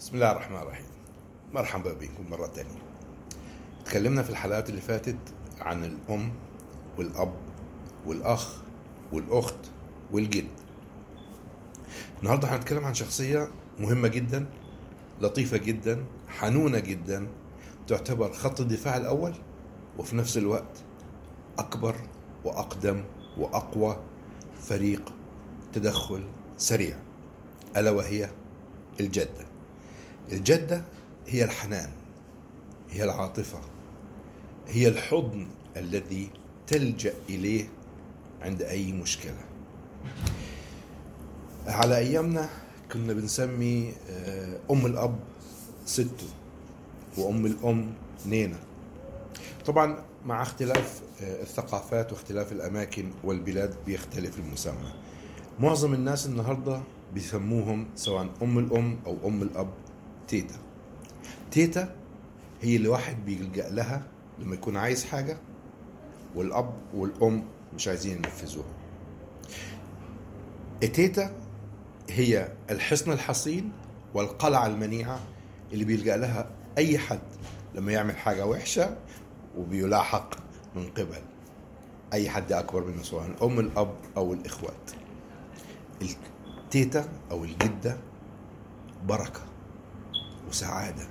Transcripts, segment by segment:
بسم الله الرحمن الرحيم. مرحبا بكم مرة تانية. تكلمنا في الحلقات اللي فاتت عن الأم والأب والأخ والأخت والجد. النهاردة هنتكلم عن شخصية مهمة جدا، لطيفة جدا، حنونة جدا، تعتبر خط الدفاع الأول، وفي نفس الوقت أكبر وأقدم وأقوى فريق تدخل سريع، ألا وهي الجدة. الجدة هي الحنان، هي العاطفة، هي الحضن الذي تلجأ إليه عند أي مشكلة. على أيامنا كنا بنسمي أم الأب ستو، وأم الأم نينا. طبعا مع اختلاف الثقافات واختلاف الأماكن والبلاد بيختلف المسمى. معظم الناس النهاردة بيسموهم سواء أم الأم أو أم الأب تيتا. تيتا هي اللي واحد بيلجأ لها لما يكون عايز حاجة، والأب والأم مش عايزين ينفذوها. التيتا هي الحصن الحصين والقلعة المنيعة اللي بيلجأ لها أي حد لما يعمل حاجة وحشة، وبيلاحق من قبل أي حد أكبر منه سواء أم الأب أو الإخوات. التيتا أو الجدة بركة وسعادة،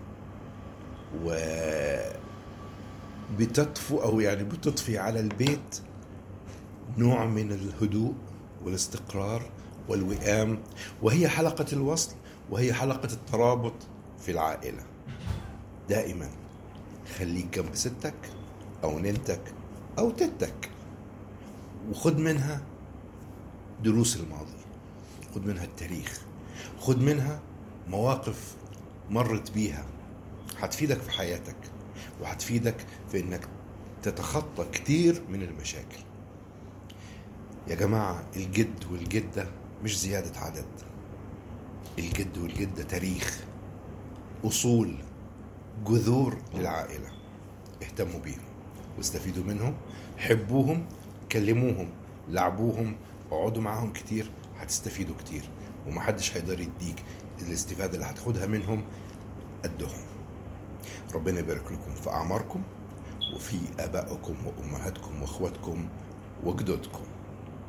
وبتطفو أو يعني بتضفي على البيت نوع من الهدوء والاستقرار والوئام، وهي حلقة الوصل، وهي حلقة الترابط في العائلة. دائما خليك جنب ستك أو ننتك أو تتك، وخد منها دروس الماضي، خد منها التاريخ، خد منها مواقف مرت بيها هتفيدك في حياتك، وهتفيدك في انك تتخطى كتير من المشاكل. يا جماعة، الجد والجدة مش زيادة عدد. الجد والجدة تاريخ، أصول، جذور للعائلة. اهتموا بيهم واستفيدوا منهم، حبوهم، كلموهم، لعبوهم، اقعدوا معاهم كتير، هتستفيدوا كتير، ومحدش هيقدر يديك الاستفادة اللي هتاخدها منهم قدهم. ربنا يبارك لكم في أعماركم وفي آبائكم وأمهاتكم وأخواتكم وجدودكم.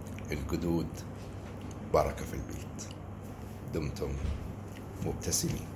الجدود بركة في البيت. دمتم مبتسمين.